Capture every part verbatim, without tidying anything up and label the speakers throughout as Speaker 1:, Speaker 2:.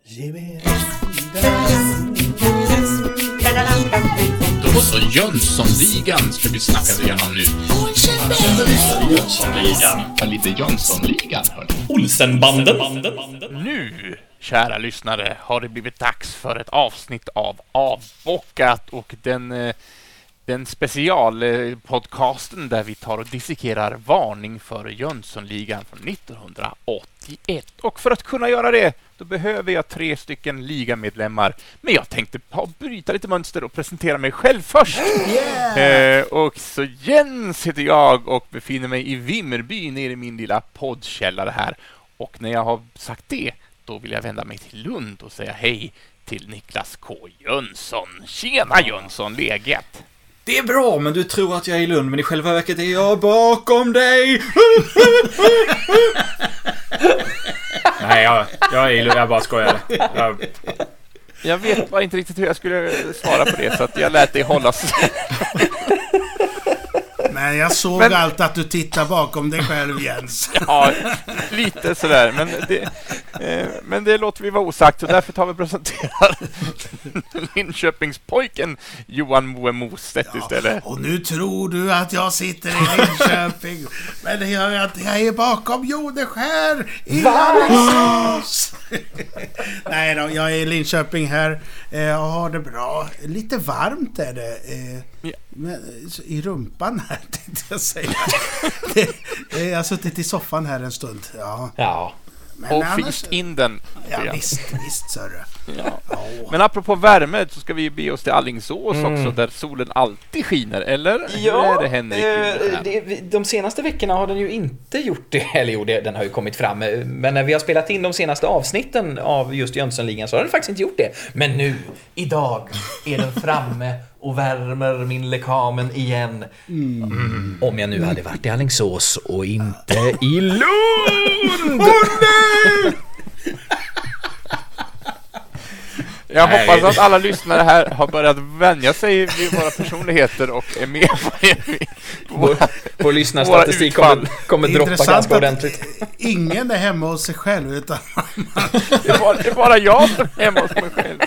Speaker 1: Då så, Jönssonligan ska vi snacka igenom nu. Jönssonligan. Ja, lite Jönssonligan, hörni.
Speaker 2: Olsenbanden.
Speaker 1: Nu, kära lyssnare, har det blivit dags för ett avsnitt av Avbockat och den, den specialpodcasten där vi tar och dissekerar varning för Jönssonligan från nittonhundraåttioett. Och för att kunna göra det, då behöver jag tre stycken ligamedlemmar. Men jag tänkte bryta lite mönster och presentera mig själv först.
Speaker 3: Yeah!
Speaker 1: Eh, och så Jens heter jag och befinner mig i Vimmerby nere i min lilla poddkällare här. Och när jag har sagt det, då vill jag vända mig till Lund och säga hej till Niklas K. Jönsson. Tjena Jönsson, läget?
Speaker 2: Det är bra, men du tror att jag är i Lund, men i själva verket är jag bakom dig. Nej, jag, jag är i Lund, jag bara skojar. Jag...
Speaker 1: jag vet bara inte riktigt hur jag skulle svara på det, så att jag lät dig hållas.
Speaker 3: Men jag såg men, allt att du tittar bakom dig själv, Jens.
Speaker 1: Ja, lite sådär. Men det, eh, men det låter vi vara osagt. Så därför tar vi och presenterar Linköpingspojken Johan Moe Mostedt ja, istället.
Speaker 3: Och nu tror du att jag sitter i Linköping. Men det gör jag inte. Jag är bakom Jodeskär i Alingsås. Nej då, jag är i Linköping här eh, och har det bra. Lite varmt är det. Eh, ja. Men, i rumpan här tänkte jag säga. det, det, jag har suttit i soffan här en stund. Ja.
Speaker 2: Ja.
Speaker 1: Men och annars, fist in den.
Speaker 3: Ja, visst, visst, sörre.
Speaker 1: Ja. Oh. Men apropå värme så ska vi be oss till Alingsås mm. också, där solen alltid skiner, eller?
Speaker 4: Ja,
Speaker 1: är det, Henrik?
Speaker 4: Eh, det, de senaste veckorna har den ju inte gjort det, eller jo, det, den har ju kommit fram. Men när vi har spelat in de senaste avsnitten av just Jönssonligan så har den faktiskt inte gjort det. Men nu, idag, är den framme och värmer min lekamen igen. Mm. Mm. Om jag nu hade varit i Alingsås och inte i Lund!
Speaker 3: Åh nej!
Speaker 1: Jag Nej. hoppas att alla lyssnare här har börjat vänja sig vid våra personligheter och är med på
Speaker 4: vår, vår lyssnarstatistik kommer, kommer droppa ganska ordentligt.
Speaker 3: Ingen är hemma hos sig själv utan
Speaker 1: det, är bara, det är bara jag som är hemma hos mig själv.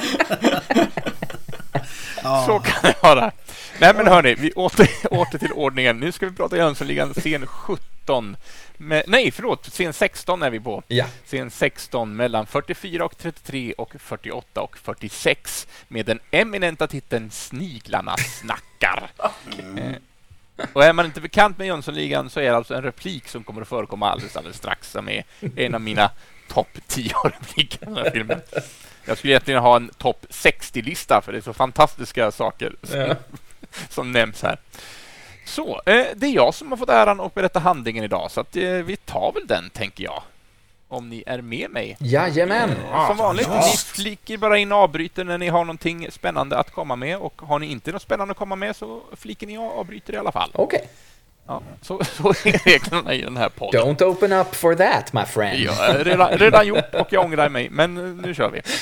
Speaker 1: Ja. Så kan det vara. Nej men hörni, vi åter, åter till ordningen. Nu ska vi prata Jönssonligan scen sjutton. Med, nej, förlåt, scen sexton är vi på. Ja. Scen sexton mellan fyrtiofyra och trettiotre och fyrtioåtta och fyrtiosex med den eminenta titeln Sniglarna snackar. Mm. Eh, och är man inte bekant med Jönssonligan så är det alltså en replik som kommer att förekomma alldeles, alldeles strax, som är en av mina topp tio repliker i den här filmen. Jag skulle egentligen ha en topp sextio-lista för det är så fantastiska saker som, ja. som nämns här. Så, eh, det är jag som har fått äran att berätta handlingen idag, så att, eh, vi tar väl den, tänker jag. Om ni är med mig.
Speaker 4: Jajamän.
Speaker 1: Eh, som vanligt, ja. Ni fliker bara in och avbryter när ni har någonting spännande att komma med. Och har ni inte något spännande att komma med så fliker ni och avbryter i alla fall.
Speaker 4: Okej. Okay.
Speaker 1: Ja, så, så är reglerna i den här podden.
Speaker 4: Don't open up for that, my friend.
Speaker 1: Ja, redan, redan gjort och jag ångrar mig, men nu kör vi.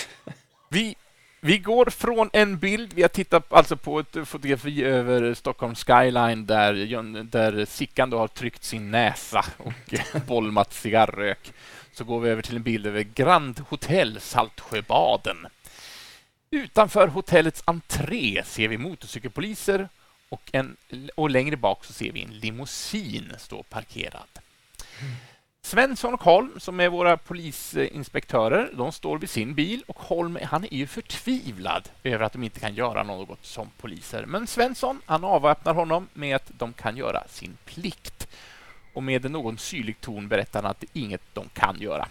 Speaker 1: Vi... Vi går från en bild, vi har tittat alltså på ett fotografi över Stockholm skyline där, där Sickan då har tryckt sin näsa och bolmat cigarrök. Så går vi över till en bild över Grand Hotel Saltsjöbaden. Utanför hotellets entré ser vi motorcykelpoliser och, en, och längre bak så ser vi en limousin stå parkerad. Mm. Svensson och Holm, som är våra polisinspektörer, de står vid sin bil och Holm, han är ju förtvivlad över att de inte kan göra något som poliser. Men Svensson, han avväpnar honom med att de kan göra sin plikt. Och med någon syrlig ton berättar han att det är inget de kan göra.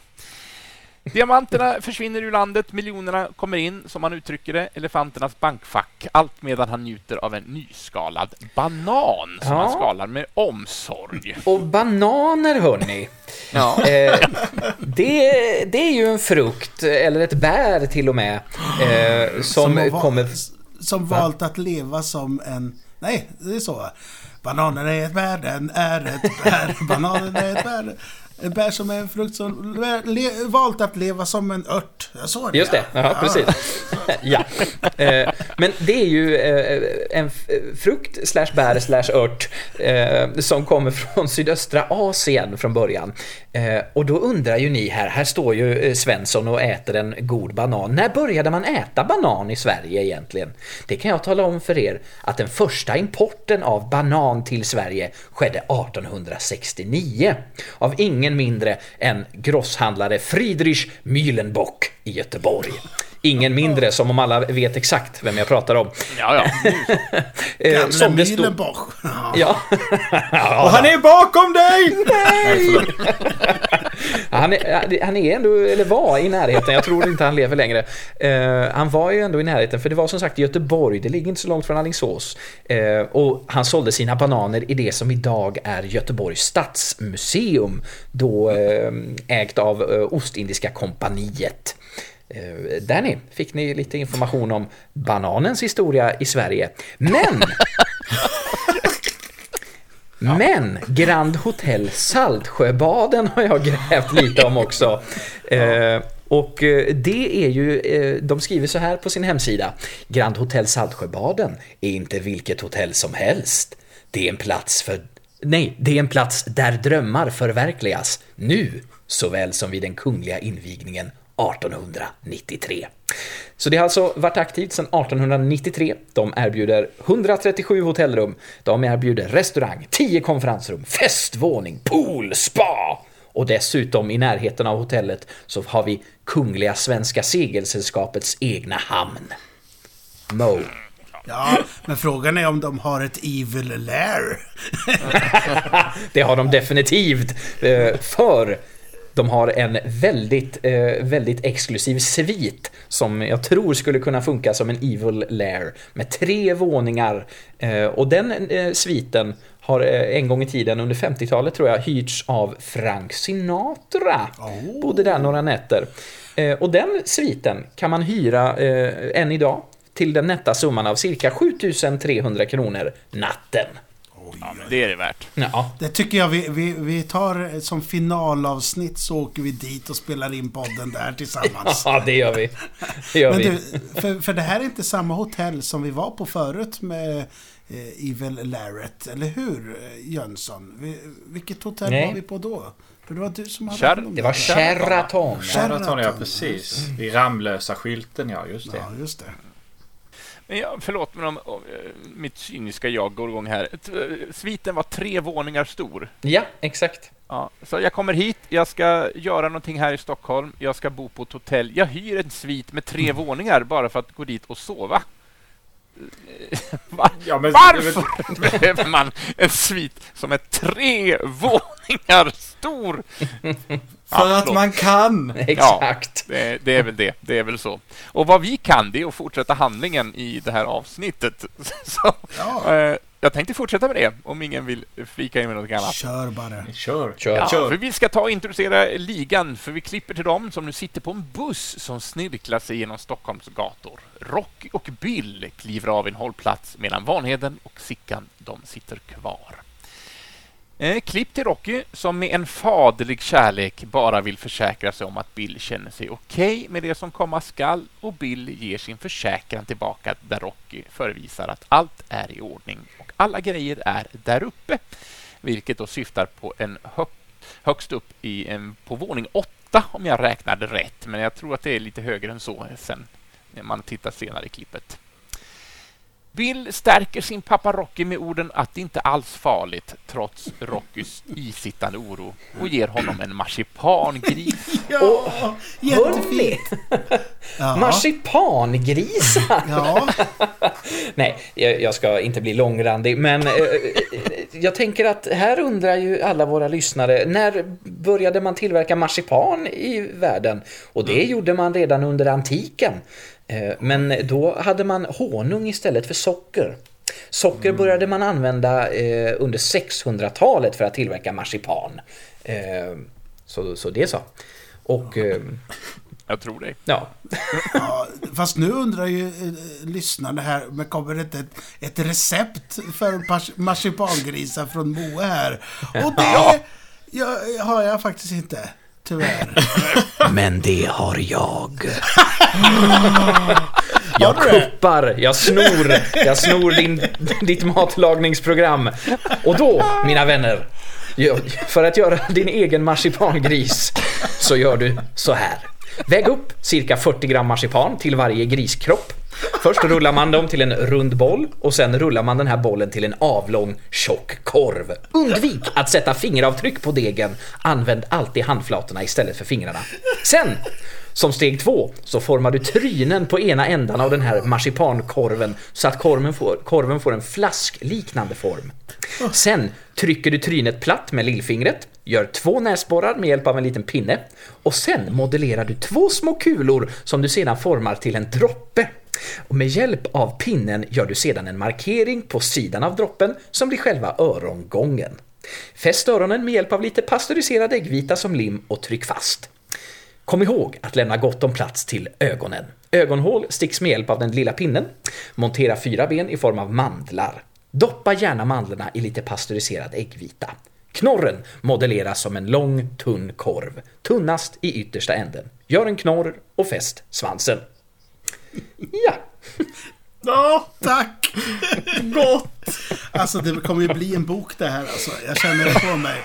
Speaker 1: Diamanterna försvinner ur landet, miljonerna kommer in, som han uttrycker det, elefanternas bankfack, allt medan han njuter av en nyskalad banan som ja. han skalar med omsorg.
Speaker 4: Och bananer, hörni, ja. eh, det, det är ju en frukt, eller ett bär till och med, eh, som, som, var, kommer...
Speaker 3: som valt att leva som en... Nej, det är så. Bananen är ett bär, den är ett bär, bananen är ett bär... En bär som är en frukt som le- valt att leva som en ört. Jag såg det.
Speaker 4: Just det, ja, precis. Ja, eh, men det är ju eh, en f- frukt slash bär slash ört eh, som kommer från sydöstra Asien från början. Eh, och då undrar ju ni här, här står ju eh, Svensson och äter en god banan. När började man äta banan i Sverige egentligen? Det kan jag tala om för er att den första importen av banan till Sverige skedde arton sextionio av ingen mindre än grosshandlare Friedrich Mühlenbock i Göteborg. Ingen mindre, som om alla vet exakt vem jag pratar om.
Speaker 1: Ja, ja.
Speaker 3: Gamla
Speaker 4: Som det stod...
Speaker 3: Mühlenbock.
Speaker 4: Ja.
Speaker 2: Och han är bakom dig!
Speaker 4: Nej! han, är, han är ändå, eller var i närheten. Jag tror inte han lever längre. Uh, han var ju ändå i närheten, för det var som sagt i Göteborg. Det ligger inte så långt från Alingsås. Uh, och han sålde sina bananer i det som idag är Göteborgs stadsmuseum. Då uh, ägt av uh, Ostindiska kompaniet. Uh, där ni fick ni lite information om bananens historia i Sverige. Men Men Grand Hotel Saltsjöbaden har jag grävt lite om också. Uh, och det är ju, uh, de skriver så här på sin hemsida: Grand Hotel Saltsjöbaden är inte vilket hotell som helst. Det är en plats för Nej, det är en plats där drömmar förverkligas, nu såväl som vid den kungliga invigningen arton nittiotre. Så det har alltså varit aktivt sedan arton nittiotre. De erbjuder hundratrettiosju hotellrum. De erbjuder restaurang, tio konferensrum, festvåning, pool, spa. Och dessutom i närheten av hotellet så har vi Kungliga Svenska Segelsällskapets egna hamn. Mo.
Speaker 3: Ja, men frågan är om de har ett evil lair.
Speaker 4: Det har de definitivt. För de har en väldigt, väldigt exklusiv svit som jag tror skulle kunna funka som en evil lair med tre våningar. Och den sviten har en gång i tiden under femtiotalet tror jag hyrts av Frank Sinatra. Oh. Bodde där några nätter. Och den sviten kan man hyra än idag till den nätta summan av cirka sjutusen trehundra kronor natten.
Speaker 1: Ja, men det är det värt.
Speaker 4: Ja.
Speaker 3: Det tycker jag vi, vi, vi tar som finalavsnitt, så åker vi dit och spelar in podden där tillsammans.
Speaker 4: Ja, det gör vi. Det gör
Speaker 3: Men
Speaker 4: vi.
Speaker 3: du, för, för det här är inte samma hotell som vi var på förut med eh, Evil Larret, eller hur, Jönsson? Vi, vilket hotell
Speaker 4: Nej.
Speaker 3: var vi på då? För det var du som hade
Speaker 1: Kär-
Speaker 3: hand om
Speaker 4: Det var Sheraton.
Speaker 2: Sheraton, ja, precis. I Ramlösa skylten, ja, just det.
Speaker 3: Ja, just det.
Speaker 1: Men jag, förlåt mig om, om mitt cyniska jag går igång här. Sviten var tre våningar stor.
Speaker 4: Ja, exakt.
Speaker 1: Ja, så jag kommer hit, jag ska göra någonting här i Stockholm, jag ska bo på ett hotell. Jag hyr en svit med tre mm. våningar bara för att gå dit och sova. Var, ja, men, varför men... behöver man en svit som är tre våningar stor?
Speaker 2: För ja, att man kan.
Speaker 4: Exakt.
Speaker 1: Ja, det, det är väl det. Det är väl så. Och vad vi kan, det är att fortsätta handlingen i det här avsnittet. Så,
Speaker 3: ja.
Speaker 1: eh, jag tänkte fortsätta med det, om ingen vill flika in med något annat.
Speaker 3: Kör bara.
Speaker 2: Kör.
Speaker 4: Kör.
Speaker 1: Ja,
Speaker 2: Kör.
Speaker 1: för vi ska ta och introducera ligan, för vi klipper till dem som nu sitter på en buss som snirklar sig genom Stockholms gator. Rocky och Bill kliver av en hållplats medan Vanheden och Sickan, de sitter kvar. Eh, klipp till Rocky som med en faderlig kärlek bara vill försäkra sig om att Bill känner sig okej okay med det som komma skall, och Bill ger sin försäkran tillbaka där Rocky förevisar att allt är i ordning och alla grejer är där uppe, vilket då syftar på en hö- högst upp i en, på våning åtta om jag räknade rätt, men jag tror att det är lite högre än så sen när man tittar senare i klippet. Bill stärker sin pappa Rocky med orden att det inte alls farligt trots Rockys isittande oro och ger honom en marsipangris.
Speaker 3: Ja, jättefint.
Speaker 4: Ja. Marsipangrisar.
Speaker 3: Ja.
Speaker 4: Nej, jag, jag ska inte bli långrandig, men eh, jag tänker att här undrar ju alla våra lyssnare, när började man tillverka marsipan i världen? Och det gjorde man redan under antiken. Men då hade man honung istället för socker. Socker mm. började man använda eh, under sexhundratalet för att tillverka marsipan. Eh, så, så det så. Och... Eh,
Speaker 1: jag tror det.
Speaker 4: Ja.
Speaker 3: Ja, fast nu undrar ju eh, lyssnarna här, men kommer det inte ett, ett recept för marsipangrisar från Moe här? Och det ja. jag, har jag faktiskt inte. Tyvärr.
Speaker 4: Men det har jag. Jag kuppar, jag snor, jag snor din, ditt matlagningsprogram. Och då, mina vänner, för att göra din egen marsipangris så gör du så här. Väg upp cirka fyrtio gram marsipan till varje griskropp. Först rullar man dem till en rund boll och sen rullar man den här bollen till en avlång tjock korv. Undvik att sätta fingeravtryck på degen. Använd alltid handflatorna istället för fingrarna. Sen, som steg två, så formar du trynen på ena ändan av den här marsipankorven så att korven får, korven får en flaskliknande form. Sen trycker du trynet platt med lillfingret, gör två näsborrar med hjälp av en liten pinne och sen modellerar du två små kulor som du sedan formar till en droppe. Och med hjälp av pinnen gör du sedan en markering på sidan av droppen som blir själva örongången. Fäst öronen med hjälp av lite pasteuriserad äggvita som lim och tryck fast. Kom ihåg att lämna gott om plats till ögonen. Ögonhål sticks med hjälp av den lilla pinnen. Montera fyra ben i form av mandlar. Doppa gärna mandlarna i lite pasteuriserad äggvita. Knorren modelleras som en lång, tunn korv. Tunnast i yttersta änden. Gör en knorr och fäst svansen. Ja.
Speaker 3: Ja, tack. Gott. Alltså det kommer ju bli en bok det här alltså. Jag känner det på mig.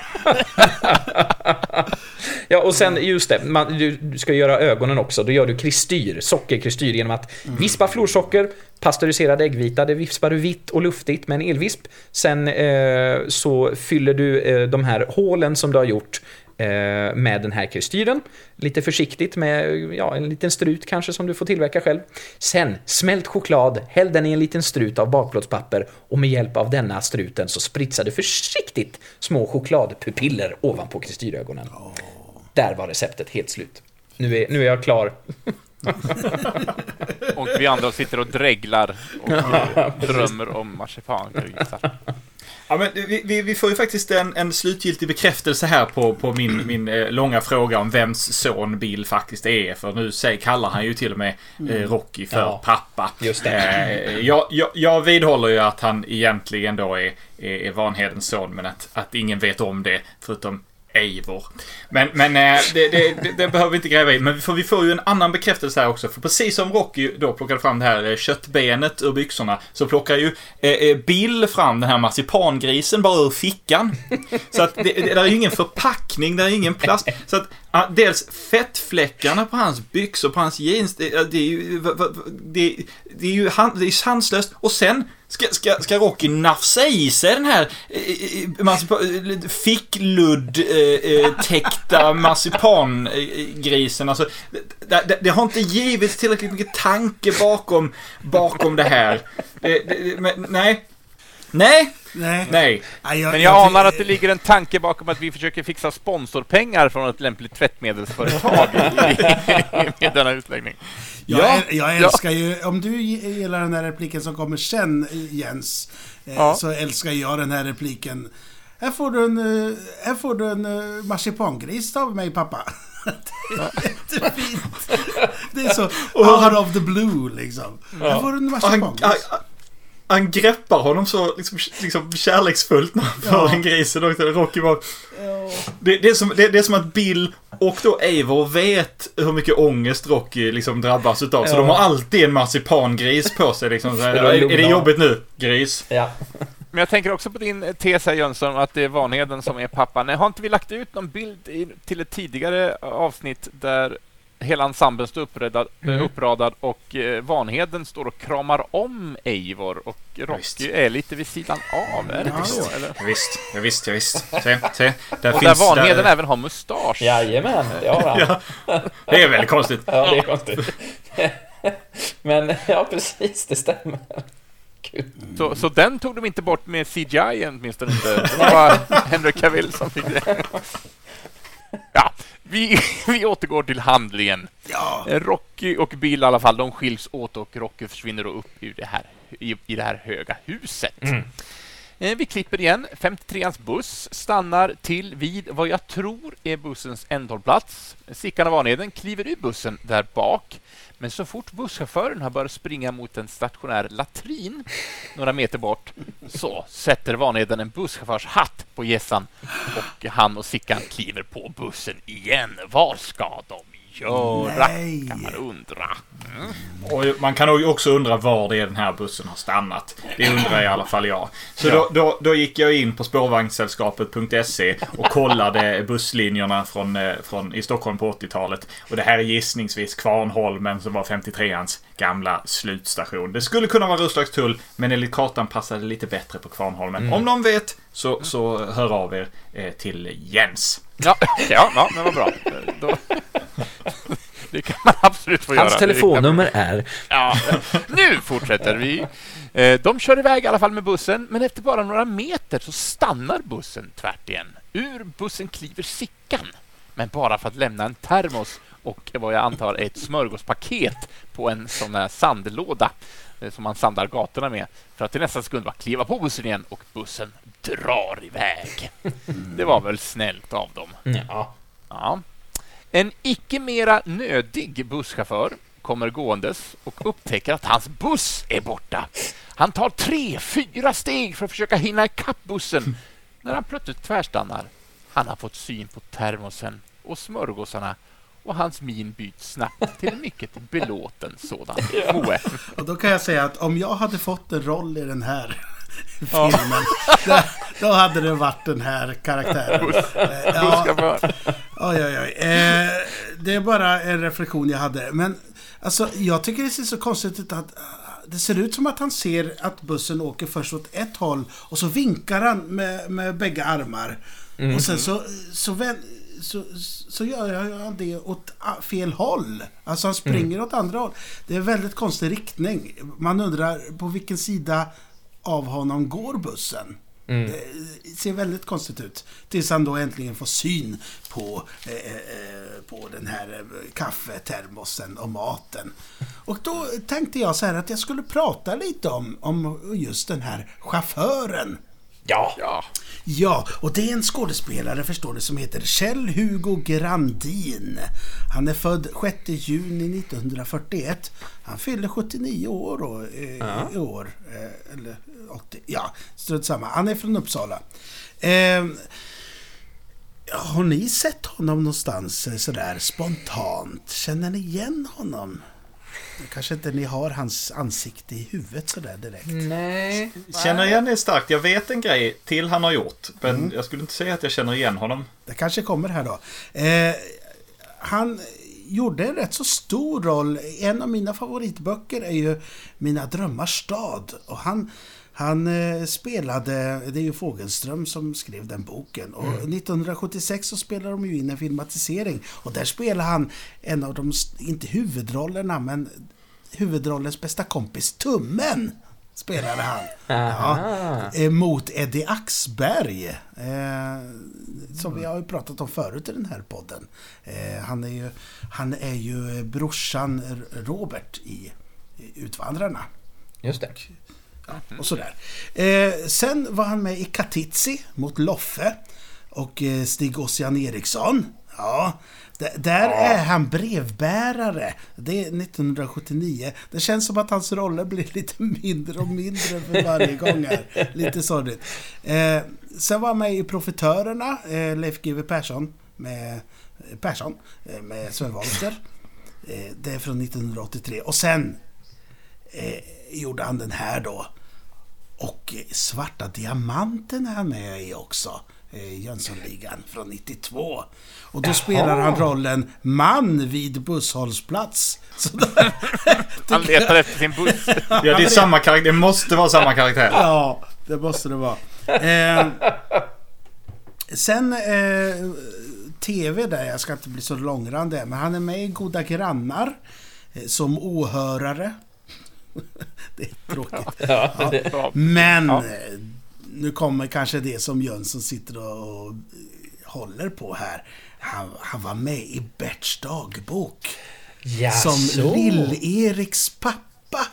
Speaker 4: Ja, och sen just det, man, du, du ska göra ögonen också. Då gör du kristyr, sockerkristyr genom att mm. vispa florsocker, pasteuriserad äggvita. Det vispar du vitt och luftigt med en elvisp. Sen eh, så fyller du eh, de här hålen som du har gjort med den här kristyren. Lite försiktigt med ja, en liten strut kanske som du får tillverka själv. Sen smält choklad, häll den i en liten strut av bakplåtspapper och med hjälp av denna struten så spritsar du försiktigt små chokladpupiller ovanpå kristyrögonen. Oh. Där var receptet helt slut. Nu är, nu är jag klar.
Speaker 1: Och vi andra sitter och dreglar och drömmer om marsipangrisar.
Speaker 2: Ja, men vi, vi, vi får ju faktiskt en, en slutgiltig bekräftelse här på, på min, min eh, långa fråga om vems son Bill faktiskt är. För nu säger, kallar han ju till och med eh, Rocky för ja, pappa.
Speaker 4: Just det.
Speaker 2: Eh, jag, jag, jag vidhåller ju att han egentligen då är, är, är Vanhedens son, men att, att ingen vet om det förutom Eivor. Men, men eh, det, det, det, det behöver vi inte gräva i. Men för vi får ju en annan bekräftelse här också. För precis som Rocky då plockade fram det här köttbenet ur byxorna, så plockar ju eh, Bill fram den här marsipangrisen bara ur fickan. Så att det, det där är ju ingen förpackning, det är ingen plast. Så att ah, dels fettfläckarna på hans byxor, på hans jeans, det, det är ju det, det är ju hand, det är sanslöst. Och sen Ska, ska, ska Rocky nafsa i sig den här eh, marsipan, fickludd eh, täckta marsipangrisen? Alltså, det, det, det har inte givits tillräckligt mycket tanke bakom, bakom det här. Det, det, men, nej. Nej.
Speaker 3: Nej.
Speaker 2: Nej.
Speaker 1: Men jag, jag anar att det ligger en tanke bakom att vi försöker fixa sponsorpengar från ett lämpligt tvättmedelsföretag med denna utläggning.
Speaker 3: Jag, ja, jag älskar ja. ju, om du gillar den här repliken som kommer sen, Jens, ja. så älskar jag den här repliken. Här får du en, här får du en marsipangris av mig, pappa. Det är jättefint. Det är så out of the blue, liksom. Ja. Här får du en marsipangris.
Speaker 2: Han greppar honom så liksom, liksom kärleksfullt när han får en grisen och Rocky var... Ja. Det, det, är som, det, det är som att Bill och då Eivor vet hur mycket ångest Rocky liksom drabbas utav. Ja. Så de har alltid en marsipangris på sig. Liksom. Så här, är, är det jobbigt nu? Gris.
Speaker 4: Ja.
Speaker 1: Men jag tänker också på din tes här, Jönsson, att det är Vanheden som är pappan. Har inte vi lagt ut någon bild i, till ett tidigare avsnitt där hela ensemblen står uppradad, mm. uppradad och eh, Vanheden står och kramar om Eivor och Rocky Just. är lite vid sidan av. Är det
Speaker 2: ja,
Speaker 1: så, eller?
Speaker 2: Ja, visst, ja, visst, ja, visst. Se, se.
Speaker 1: Där och finns, där Vanheden där... även har mustasch.
Speaker 4: Jajamän, ja,
Speaker 2: ja. Det är väldigt konstigt.
Speaker 4: Ja, det är konstigt. Men ja, precis, det stämmer.
Speaker 1: Så, så den tog de inte bort med C G I åtminstone inte. Det var Henry Cavill som fick det. Ja, vi, vi återgår till handlingen. Ja. Rocky och Bill i alla fall, de skiljs åt och Rocky försvinner upp ur det här, i, i det här höga huset. Mm. Eh, vi klipper igen. femtiotreans buss stannar till vid vad jag tror är bussens ändhållplats. Sickan och Vanheden kliver ur bussen där bak. Men så fort busschauffören har börjat springa mot en stationär latrin några meter bort, så sätter Vanheden en busschaufförs hatt på gässan och han och Sickan kliver på bussen igen. Vad ska de göra? Nej. Kan man undra. Mm.
Speaker 2: Och man kan nog också undra var det är den här bussen har stannat. Det undrar i alla fall jag. Så då, då, då gick jag in på spårvagnssällskapet punkt se och kollade busslinjerna från, från, i Stockholm på åttiotalet. Och det här är gissningsvis Kvarnholmen som var femtiotreans gamla slutstation. Det skulle kunna vara Roslagstull, men enligt kartan passade lite bättre på Kvarnholmen. Mm. Om någon vet så, så hör av er eh, till Jens.
Speaker 1: Ja, ja, ja det var bra. Då... Det kan man absolut få
Speaker 4: Hans
Speaker 1: göra.
Speaker 4: Hans telefonnummer är...
Speaker 1: Ja, nu fortsätter vi. De kör iväg i alla fall med bussen, men efter bara några meter så stannar bussen tvärt igen. Ur bussen kliver Sickan, men bara för att lämna en termos och vad jag antar är ett smörgåspaket på en sån här sandlåda som man sandar gatorna med, för att i nästa sekund bara kliva på bussen igen och bussen drar iväg. Det var väl snällt av dem.
Speaker 4: Ja.
Speaker 1: Ja. En icke mera nödig busschaufför kommer gåendes och upptäcker att hans buss är borta. Han tar tre, fyra steg för att försöka hinna ikapp bussen när han plötsligt tvärstannar. Han har fått syn på termosen och smörgåsarna och hans min byts snabbt till en mycket belåten sådan. Moe.
Speaker 3: Och då kan jag säga att om jag hade fått en roll i den här filmen, då, då hade det varit den här karaktären.
Speaker 1: Bus,
Speaker 3: ja, oj, oj, oj. Eh, det är bara en reflektion jag hade. Men alltså, jag tycker det ser så konstigt ut att det ser ut som att han ser att bussen åker först åt ett håll och så vinkar han med, med bägge armar. Mm. Och sen så, så, vän, så, så gör han det åt fel håll. Alltså han springer mm. åt andra håll. Det är en väldigt konstig riktning. Man undrar på vilken sida av honom går bussen. Mm. Det ser väldigt konstigt ut. Tills han då äntligen får syn på, eh, på den här kaffetermosen och maten. Och då tänkte jag så här att jag skulle prata lite om, om just den här chauffören.
Speaker 4: Ja.
Speaker 1: ja.
Speaker 3: Ja, och det är en skådespelare, förstår du, som heter Kjell-Hugo Grandin. Han är född sjätte juni nittonhundrafyrtioett. Han fyllde sjuttionio år då, eh, uh-huh. i år. Eh, eller åttio. Ja, strunt samma. Han är från Uppsala. Eh, har ni sett honom någonstans sådär spontant? Känner ni igen honom? Kanske inte ni har hans ansikte i huvudet sådär direkt.
Speaker 4: Nej.
Speaker 2: Känner igen det starkt. Jag vet en grej till han har gjort. Men mm. jag skulle inte säga att jag känner igen honom.
Speaker 3: Det kanske kommer här då. Eh, han gjorde en rätt så stor roll. En av mina favoritböcker är ju Mina drömmars stad. Och han... Han eh, spelade, det är ju Fogelström som skrev den boken. Och mm. nittonhundrasjuttiosex så spelade de ju in en filmatisering. Och där spelar han en av de, inte huvudrollerna, men huvudrollens bästa kompis, Tummen, spelade han. Ja, eh, mot Eddie Axberg. Eh, som vi har ju pratat om förut i den här podden. Eh, han, är ju, han är ju brorsan Robert i, i Utvandrarna.
Speaker 4: Just det.
Speaker 3: Ja, och sådär. Eh, sen var han med i Katitzi mot Loffe och eh, Stig Ossian Eriksson. Ja, d- där ja. är han brevbärare. Det är nittonhundrasjuttionio. Det känns som att hans roller blir lite mindre och mindre för varje gång här. Lite sorgligt. Eh, sen var han med i Profitörerna, eh, Leif G W Persson med Persson eh, med Sven Wollter. Eh, det är från nittonhundraåttiotre. Och sen eh, gjorde han den här då. Och Svarta diamanten är han med i också. Eh, Jönssonligan från nittiotvå. Och då Jaha. spelar han rollen man vid busshållplats. Så då,
Speaker 1: han letar efter sin buss.
Speaker 2: Ja, det är samma karaktär. Det måste vara samma karaktär.
Speaker 3: Ja, det måste det vara. Eh, sen eh, tv där, jag ska inte bli så långrandig, men han är med i Goda grannar eh, som åhörare. Det är tråkigt. Ja, ja. Det... Men ja. nu kommer kanske det som Jönsson sitter och håller på här. Han, han var med i Berts dagbok.
Speaker 4: Ja,
Speaker 3: som
Speaker 4: så.
Speaker 3: Lill-Eriks pappa.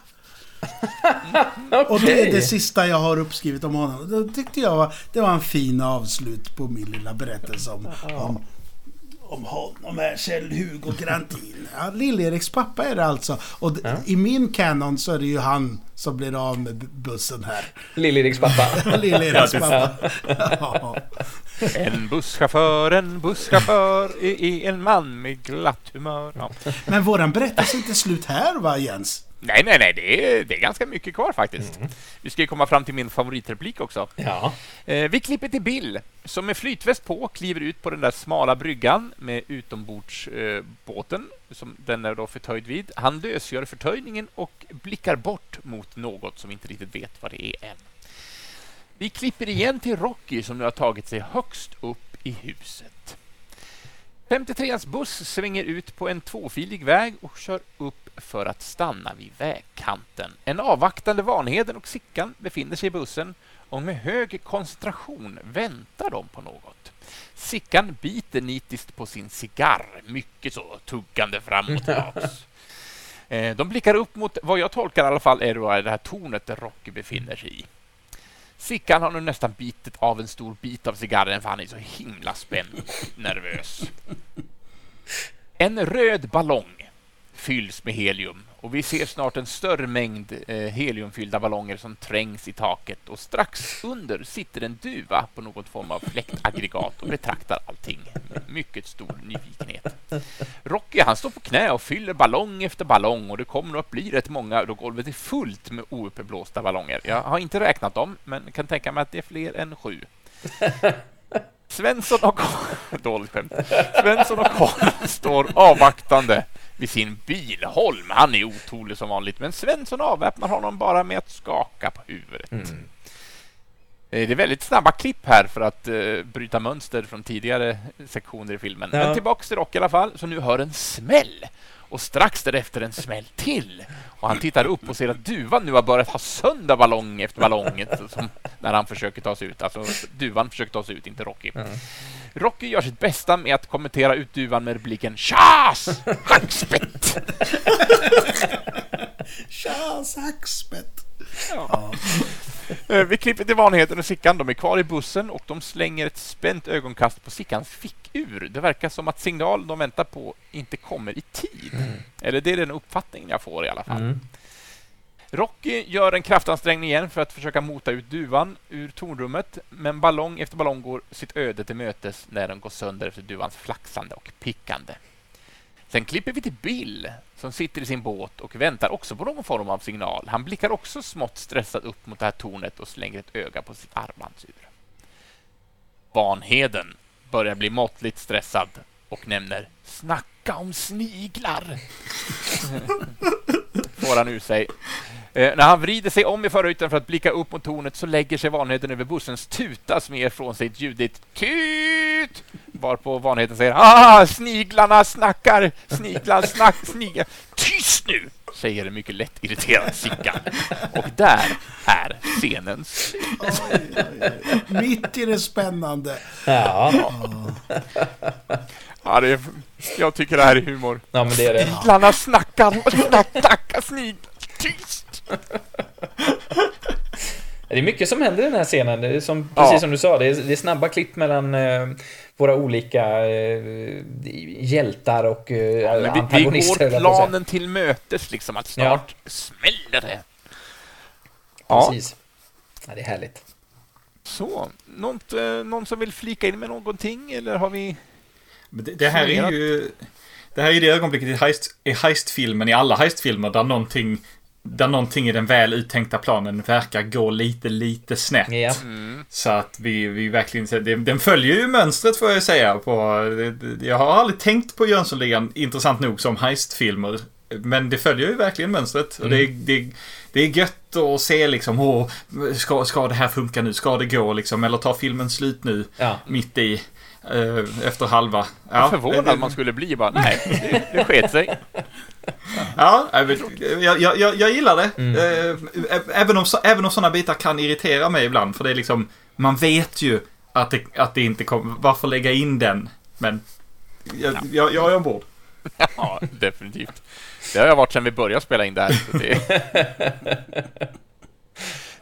Speaker 3: Okay. Och det är det sista jag har uppskrivit om honom. Då tyckte jag det var en fin avslut på min lilla berättelse om, om om honom är Kjell-Hugo Grantin. Ja, Lill-Eriks pappa är det alltså. Och ja. I min canon så är det ju han som blir av med bussen här.
Speaker 4: Lill-Eriks pappa.
Speaker 3: Lill-Eriks pappa. Ja.
Speaker 1: En busschaufför, en busschaufför är en man med glatt humör. Ja.
Speaker 3: Men våran berättelse är inte slut här, va, Jens?
Speaker 1: Nej, nej, nej. Det är, det är ganska mycket kvar faktiskt. Mm. Vi ska ju komma fram till min favoritreplik också.
Speaker 4: Ja.
Speaker 1: Eh, vi klipper till Bill som med flytväst på kliver ut på den där smala bryggan med utombordsbåten eh, som den är då förtöjd vid. Han lösgör förtöjningen och blickar bort mot något som inte riktigt vet vad det är än. Vi klipper igen till Rocky som nu har tagit sig högst upp i huset. femtiotreans buss svänger ut på en tvåfilig väg och kör upp för att stanna vid vägkanten. En avvaktande Vanheden och Sickan befinner sig i bussen och med hög koncentration väntar de på något. Sickan biter nitiskt på sin cigarr, mycket så tuggande fram och tillbaks. De blickar upp mot vad jag tolkar i alla fall är det här tornet där Rocky befinner sig i. Sickan har nu nästan bitit av en stor bit av cigarren för han är så himla spänd och nervös. En röd ballong fylls med helium och vi ser snart en större mängd eh, heliumfyllda ballonger som trängs i taket och strax under sitter en duva på någon form av fläktaggregat och betraktar allting med mycket stor nyfikenhet. Rocky han står på knä och fyller ballong efter ballong och det kommer att bli rätt många då golvet är fullt med ouppblåsta ballonger. Jag har inte räknat dem men kan tänka mig att det är fler än sju. Svensson och dåligt skämt. Svensson och Karl står avvaktande vid sin bilholm. Han är otålig som vanligt, men Svensson avväpnar honom bara med att skaka på huvudet. Mm. Det är väldigt snabba klipp här för att uh, bryta mönster från tidigare sektioner i filmen. Ja. Men tillbaka till Rock i alla fall, så nu hör en smäll. Och strax därefter en smäll till. Och han tittar upp och ser att duvan nu har börjat ha sönder ballong efter ballong som när han försöker ta sig ut. Alltså duvan försöker ta sig ut, inte Rocky. Mm. Rocky gör sitt bästa med att kommentera ut duvan med repliken Tjas! Hackspett!
Speaker 3: Tjas! Hackspett!
Speaker 1: Ja. Vi klipper till Vanheden och Sickan. De är kvar i bussen och de slänger ett spänt ögonkast på Sickans fickur. Det verkar som att signal de väntar på inte kommer i tid. Mm. Eller det är den uppfattningen jag får i alla fall. Mm. Rocky gör en kraftansträngning igen för att försöka mota ut duvan ur tornrummet, men ballong efter ballong går sitt öde till mötes när den går sönder efter duvans flaxande och pickande. Sen klipper vi till Bill som sitter i sin båt och väntar också på någon form av signal. Han blickar också smått stressad upp mot det här tornet och slänger ett öga på sitt armbandsur. Vanheden börjar bli måttligt stressad och nämner snacka om sniglar. Får han ur sig. Eh, när han vrider sig om i förrytan för att blicka upp mot tornet så lägger sig Vanheden över bussens tuta som ger från sig ett ljudigt tut. Varpå Vanheden säger ah, sniglarna snackar, sniglar snack, sniglar. Tyst nu, säger en mycket lätt irriterad Sickan. Och där är scenen slut.
Speaker 3: Oj, oj, oj. Mitt i det spännande.
Speaker 4: Ja.
Speaker 1: Ja, det är, jag tycker det här är humor.
Speaker 4: Ja, men det är det.
Speaker 1: Sniglarna snackar, snackar, sniglar. Tyst.
Speaker 4: Det är mycket som händer i den här scenen. Det är som, precis ja. som du sa, det är, det är snabba klipp mellan eh, våra olika eh, hjältar och eh, ja, antagonister.
Speaker 1: Vi går planen till mötes liksom, att snart ja. smäller det.
Speaker 4: Ja. Precis. Ja, det är härligt.
Speaker 1: Så, något, eh, någon som vill flika in med någonting, eller har vi...
Speaker 2: Det, det här är ju... Det här är det ögonblicket i, heist, i heistfilmen, i alla heistfilmer, där någonting... Där någonting i den väl uttänkta planen verkar gå lite, lite snett.
Speaker 4: Yeah.
Speaker 2: Mm. Så att vi, vi verkligen... Det, den följer ju mönstret, får jag säga. På, det, jag har aldrig tänkt på Jönssonligan, intressant nog, som heistfilmer. Men det följer ju verkligen mönstret. Mm. Och det, det, det är gött att se liksom, åh, ska, ska det här funka nu? Ska det gå liksom? Eller tar filmen slut nu? Ja. Mitt i... efter halva.
Speaker 1: Ja, jag är förvånad att man skulle bli bara, nej, det, det sket sig.
Speaker 2: Ja, jag, jag, jag, jag gillar det. Mm. Även om, även om sådana bitar kan irritera mig ibland. För det är liksom, man vet ju att det, att det inte kommer, varför lägga in den? Men jag, ja. jag, jag är ombord.
Speaker 1: Ja, definitivt. Det har jag varit sedan vi började spela in där. Så det...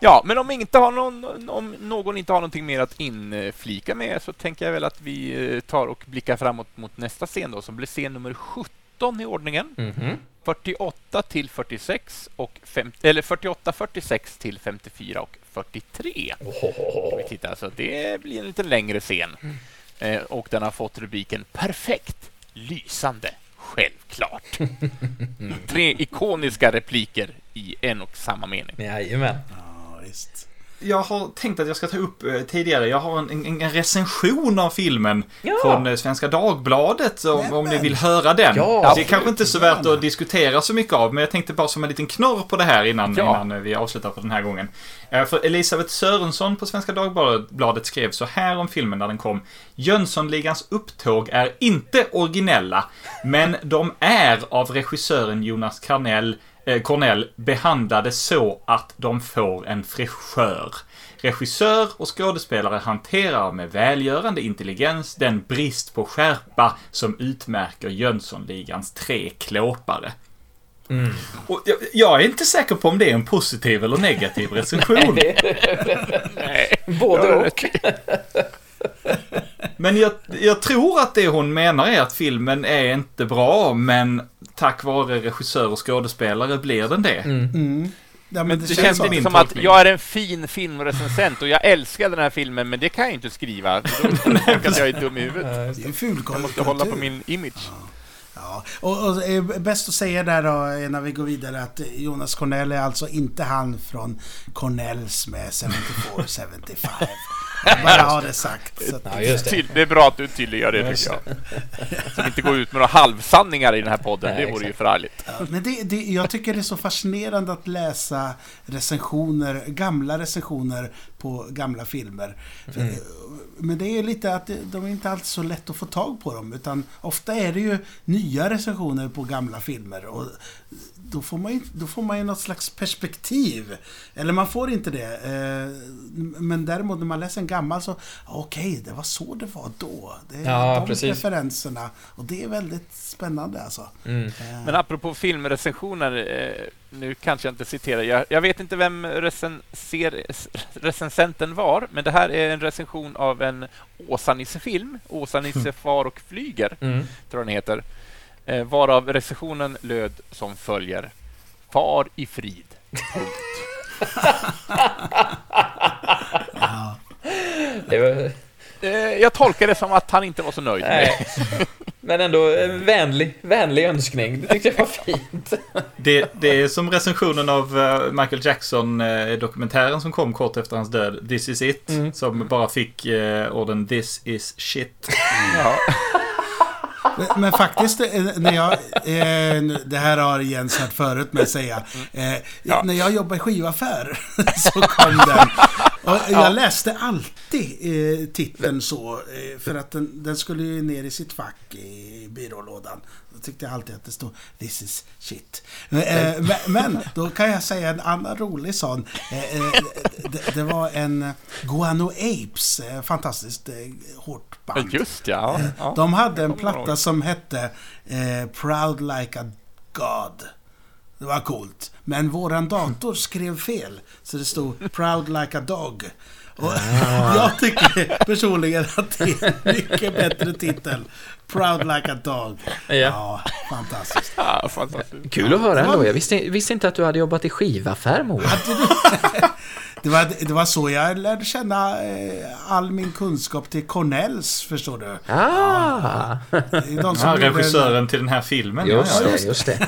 Speaker 1: Ja, men om, inte har någon, om någon inte har någonting mer att inflika med så tänker jag väl att vi tar och blickar framåt mot nästa scen då, som blir scen nummer sjutton i ordningen.
Speaker 4: Mm-hmm.
Speaker 1: fyrtioåtta till fyrtiosex och fem, eller fyrtioåtta fyrtiosex till femtiofyra och fyrtiotre.
Speaker 4: Oh.
Speaker 1: Vi tittar, alltså det blir en lite längre scen. Mm. Eh, och den har fått rubriken Perfekt, lysande, självklart. Mm. Tre ikoniska repliker i en och samma mening.
Speaker 4: Jajamän.
Speaker 3: Ja, visst.
Speaker 2: Jag har tänkt att jag ska ta upp eh, tidigare. Jag har en, en, en recension av filmen
Speaker 4: ja.
Speaker 2: från eh, Svenska Dagbladet om, om ni vill höra den.
Speaker 4: Ja,
Speaker 2: det är kanske inte så värt att diskutera så mycket av, men jag tänkte bara som en liten knorr på det här innan,
Speaker 1: ja.
Speaker 2: innan vi avslutar på den här gången. Eh, för Elisabeth Sörensson på Svenska Dagbladet skrev så här om filmen när den kom. Jönssonligans upptåg är inte originella, men de är av regissören Jonas Cornell Cornell behandlade så att de får en fräschör. Regissör och skådespelare hanterar med välgörande intelligens den brist på skärpa som utmärker Jönssonligans tre klåpare. Mm. Och jag, jag är inte säker på om det är en positiv eller negativ recension.
Speaker 4: Nej, både och.
Speaker 2: Men jag, jag tror att det hon menar är att filmen är inte bra, men tack vare regissör och skådespelare blir den det.
Speaker 3: Mm. Mm. Ja, men
Speaker 1: men
Speaker 3: det,
Speaker 1: det
Speaker 3: känns
Speaker 1: känns
Speaker 3: som
Speaker 1: lite
Speaker 2: min
Speaker 1: som
Speaker 2: tolkning.
Speaker 1: att jag är en fin filmrecensent och jag älskar den här filmen, men det kan jag inte skriva. Då tror folk att jag är dum i huvudet.
Speaker 3: det är ful
Speaker 1: Jag måste hålla på min image.
Speaker 3: Ja. Ja. Och, och eh, bäst att säga där då, när vi går vidare, att Jonas Cornell är alltså inte han från Cornells med sjuttiofyra sjuttiofem. Bara ha det sagt. Så att,
Speaker 4: ja, just det.
Speaker 1: Det är bra att du tydliggör det, tycker jag. Så vi inte går ut med några halvsanningar i den här podden.
Speaker 4: Nej,
Speaker 1: det vore
Speaker 4: exakt.
Speaker 1: ju förargligt.
Speaker 3: Ja, men det, det, jag tycker det är så fascinerande att läsa recensioner, gamla recensioner på gamla filmer. För,
Speaker 4: Mm.
Speaker 3: men det är lite att de är inte alltid så lätt att få tag på dem, utan ofta är det ju nya recensioner på gamla filmer, och då får man ju, då får man ju något slags perspektiv. Eller man får inte det. Men däremot när man läser en gammal så, okej, okay, det var så det var då. Det är
Speaker 4: Ja,
Speaker 3: de
Speaker 4: precis.
Speaker 3: preferenserna. Och det är väldigt spännande alltså.
Speaker 4: Mm.
Speaker 1: Men apropå filmrecensioner, eh, nu kanske jag inte citerar. Jag, jag vet inte vem recenser, recensenten var, men det här är en recension av en Åsa-Nisse-film. Åsa-Nisse far och flyger,
Speaker 4: Mm.
Speaker 1: tror jag den heter. Eh, varav recensionen löd som följer: Far i frid. Punkt.
Speaker 3: Ja.
Speaker 4: Det var...
Speaker 1: Eh, jag tolkar det som att han inte var så nöjd med.
Speaker 4: Nej. Men ändå en vänlig, vänlig önskning. Det tyckte jag var fint.
Speaker 2: Det, det är som recensionen av uh, Michael Jackson-dokumentären som kom kort efter hans död, This is it,
Speaker 4: Mm.
Speaker 2: som bara fick uh, orden This is shit.
Speaker 1: Ja.
Speaker 3: Men, men faktiskt, eh, när jag, eh, nu- det här har Jens hört förut med att säga, eh,
Speaker 1: Ja.
Speaker 3: när jag jobbade i skivaffär så kom den. Och jag läste alltid eh, titeln så, eh, för att den, den skulle ju ner i sitt fack i byrålådan. Då tyckte jag alltid att det stod This is shit. Eh, men, men då kan jag säga en annan rolig sån. Eh, eh, det, det var en Guano Apes, eh, fantastiskt eh, hårt band.
Speaker 1: Just ja. ja.
Speaker 3: De hade en
Speaker 1: kommer jag
Speaker 3: platta
Speaker 1: ihåg.
Speaker 3: som hette eh, Proud Like a God. Det var coolt. Men våran dator skrev fel. Så det stod Proud Like a Dog. Och jag tycker personligen att det är en mycket bättre titel. Proud Like a Dog.
Speaker 4: Ja.
Speaker 3: Ja, fantastiskt.
Speaker 1: Ja, fantastiskt.
Speaker 4: Kul att höra ändå. Jag visste, visste inte att du hade jobbat i skivaffär, Moa.
Speaker 3: Det var, det var så jag lärde känna eh, all min kunskap till Cornells, förstår du.
Speaker 4: Ah!
Speaker 3: Det är de som
Speaker 2: Ja,
Speaker 3: gjorde en-
Speaker 2: regissören till den här filmen.
Speaker 4: Just
Speaker 2: ja,
Speaker 4: det, just det.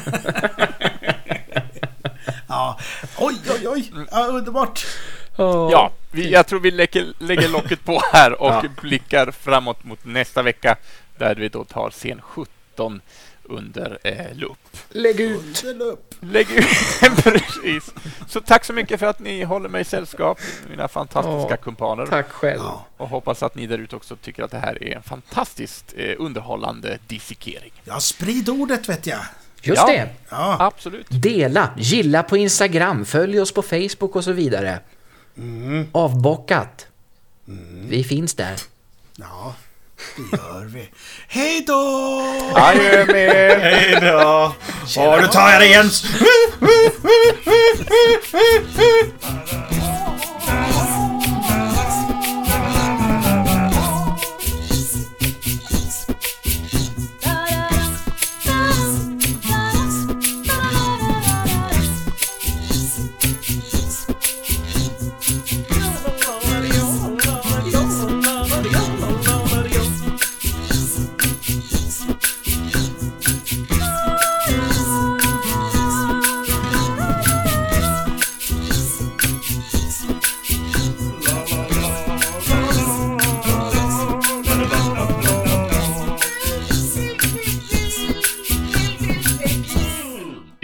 Speaker 3: Ja. Oj, oj, oj. Ja, underbart.
Speaker 1: Ja, vi, jag tror vi lägger, lägger locket på här och blickar framåt mot nästa vecka, där vi då tar scen sjutton under eh, lupp.
Speaker 4: Lägg ut.
Speaker 3: Ställ upp.
Speaker 1: Lägg ut den precis. Så tack så mycket för att ni håller mig i sällskap, mina fantastiska
Speaker 4: Ja,
Speaker 1: kumpaner.
Speaker 4: Tack själv.
Speaker 3: Ja.
Speaker 1: Och hoppas att ni där ute också tycker att det här är en fantastiskt eh, underhållande dissekering.
Speaker 3: Ja, sprid ordet, vet jag.
Speaker 4: Just
Speaker 1: Ja.
Speaker 4: det.
Speaker 3: Ja.
Speaker 1: Absolut.
Speaker 4: Dela, gilla på Instagram, följ oss på Facebook och så vidare.
Speaker 3: Mm.
Speaker 4: Avbockat. Vi finns där.
Speaker 3: Ja, det gör vi. Hej då!
Speaker 1: Adjö med er.
Speaker 2: Hej då! Åh, nu tar jag det igen!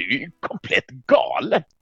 Speaker 5: ju komplett galen.